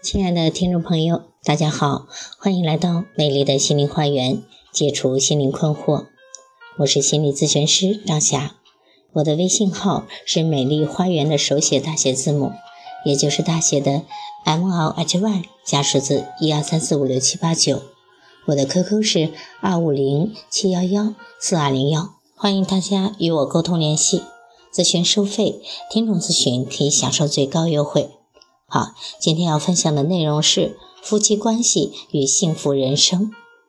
亲爱的听众朋友，大家好，欢迎来到美丽的心灵花园，解除心灵困惑。我是心理咨询师张霞，我的微信号是美丽花园的手写大写字母，也就是大写的 MLHY 加数字123456789。我的 QQ 是250-711-4201，欢迎大家与我沟通联系。咨询收费，听众咨询可以享受最高优惠。好，今天要分享的内容是夫妻关系与幸福人生。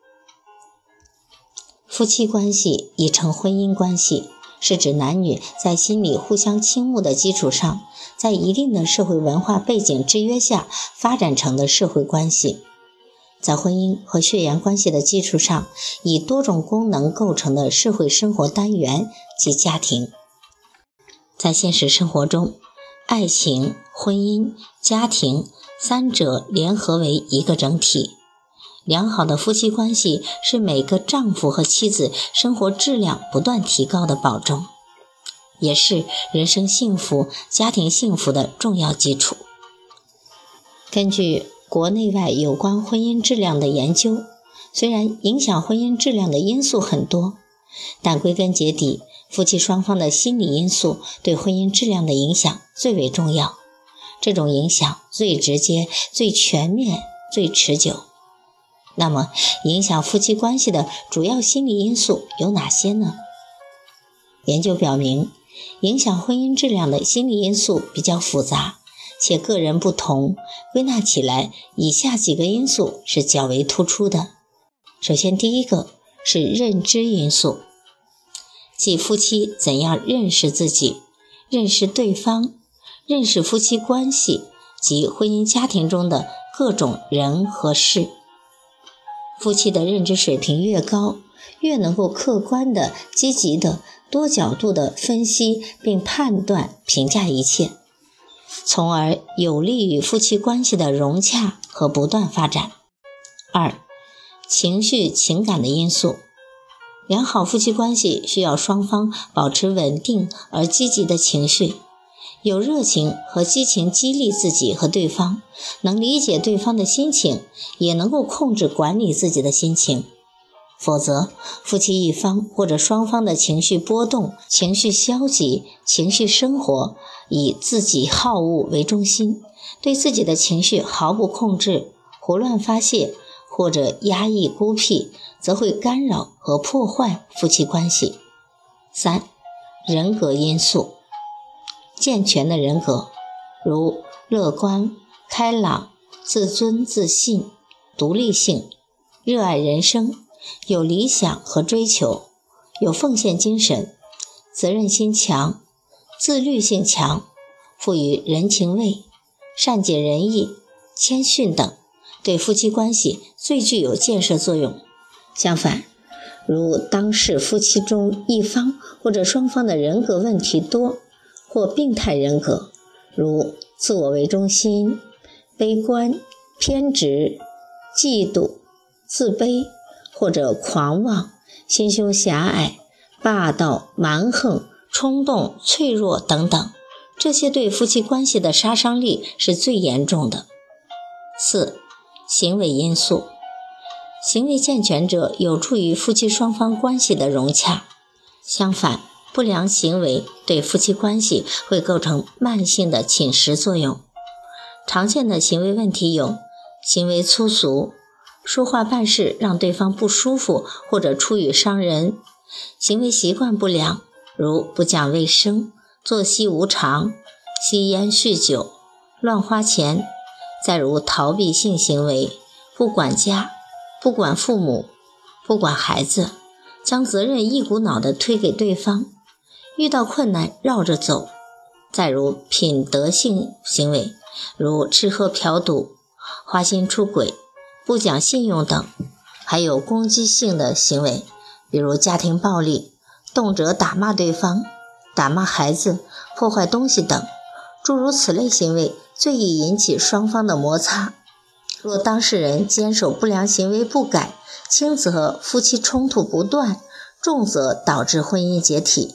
夫妻关系亦称婚姻关系，是指男女在心理互相倾慕的基础上，在一定的社会文化背景制约下发展成的社会关系。在婚姻和血缘关系的基础上，以多种功能构成的社会生活单元及家庭。在现实生活中，爱情、婚姻、家庭三者联合为一个整体。良好的夫妻关系是每个丈夫和妻子生活质量不断提高的保证，也是人生幸福、家庭幸福的重要基础。根据国内外有关婚姻质量的研究，虽然影响婚姻质量的因素很多，但归根结底，夫妻双方的心理因素对婚姻质量的影响最为重要，这种影响最直接、最全面、最持久。那么，影响夫妻关系的主要心理因素有哪些呢？研究表明，影响婚姻质量的心理因素比较复杂，且个人不同，归纳起来，以下几个因素是较为突出的。首先，第一个是认知因素，即夫妻怎样认识自己、认识对方、认识夫妻关系及婚姻家庭中的各种人和事。夫妻的认知水平越高，越能够客观的、积极的、多角度的分析并判断、评价一切，从而有利于夫妻关系的融洽和不断发展。二、情绪情感的因素。良好夫妻关系需要双方保持稳定而积极的情绪，有热情和激情激励自己和对方，能理解对方的心情，也能够控制管理自己的心情。否则，夫妻一方或者双方的情绪波动、情绪消极、情绪生活以自己好恶为中心，对自己的情绪毫不控制，胡乱发泄或者压抑孤僻，则会干扰和破坏夫妻关系。三、人格因素。健全的人格，如乐观、开朗、自尊自信、独立性、热爱人生、有理想和追求、有奉献精神、责任心强、自律性强、富于人情味、善解人意、谦逊等，对夫妻关系最具有建设作用。相反，如当事夫妻中一方或者双方的人格问题多，或病态人格，如自我为中心、悲观、偏执、嫉妒、自卑，或者狂妄、心胸狭隘、霸道、蛮横、冲动、脆弱等等，这些对夫妻关系的杀伤力是最严重的。四、行为因素。行为健全者有助于夫妻双方关系的融洽，相反，不良行为对夫妻关系会构成慢性的侵蚀作用。常见的行为问题有：行为粗俗，说话办事让对方不舒服或者出语伤人；行为习惯不良，如不讲卫生、作息无常、吸烟酗酒、乱花钱；再如逃避性行为，不管家、不管父母、不管孩子，将责任一股脑地推给对方，遇到困难绕着走；再如品德性行为，如吃喝嫖赌、花心出轨、不讲信用等；还有攻击性的行为，比如家庭暴力，动辄打骂对方、打骂孩子、破坏东西等。诸如此类行为最易引起双方的摩擦。若当事人坚守不良行为不改，轻则夫妻冲突不断，重则导致婚姻解体。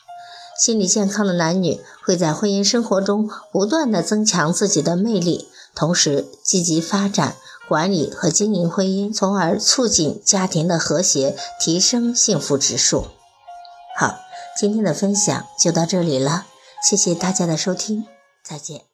心理健康的男女会在婚姻生活中不断地增强自己的魅力， 同时积极发展、管理和经营婚姻，从而促进家庭的和谐，提升幸福指数。好，今天的分享就到这里了，谢谢大家的收听，再见。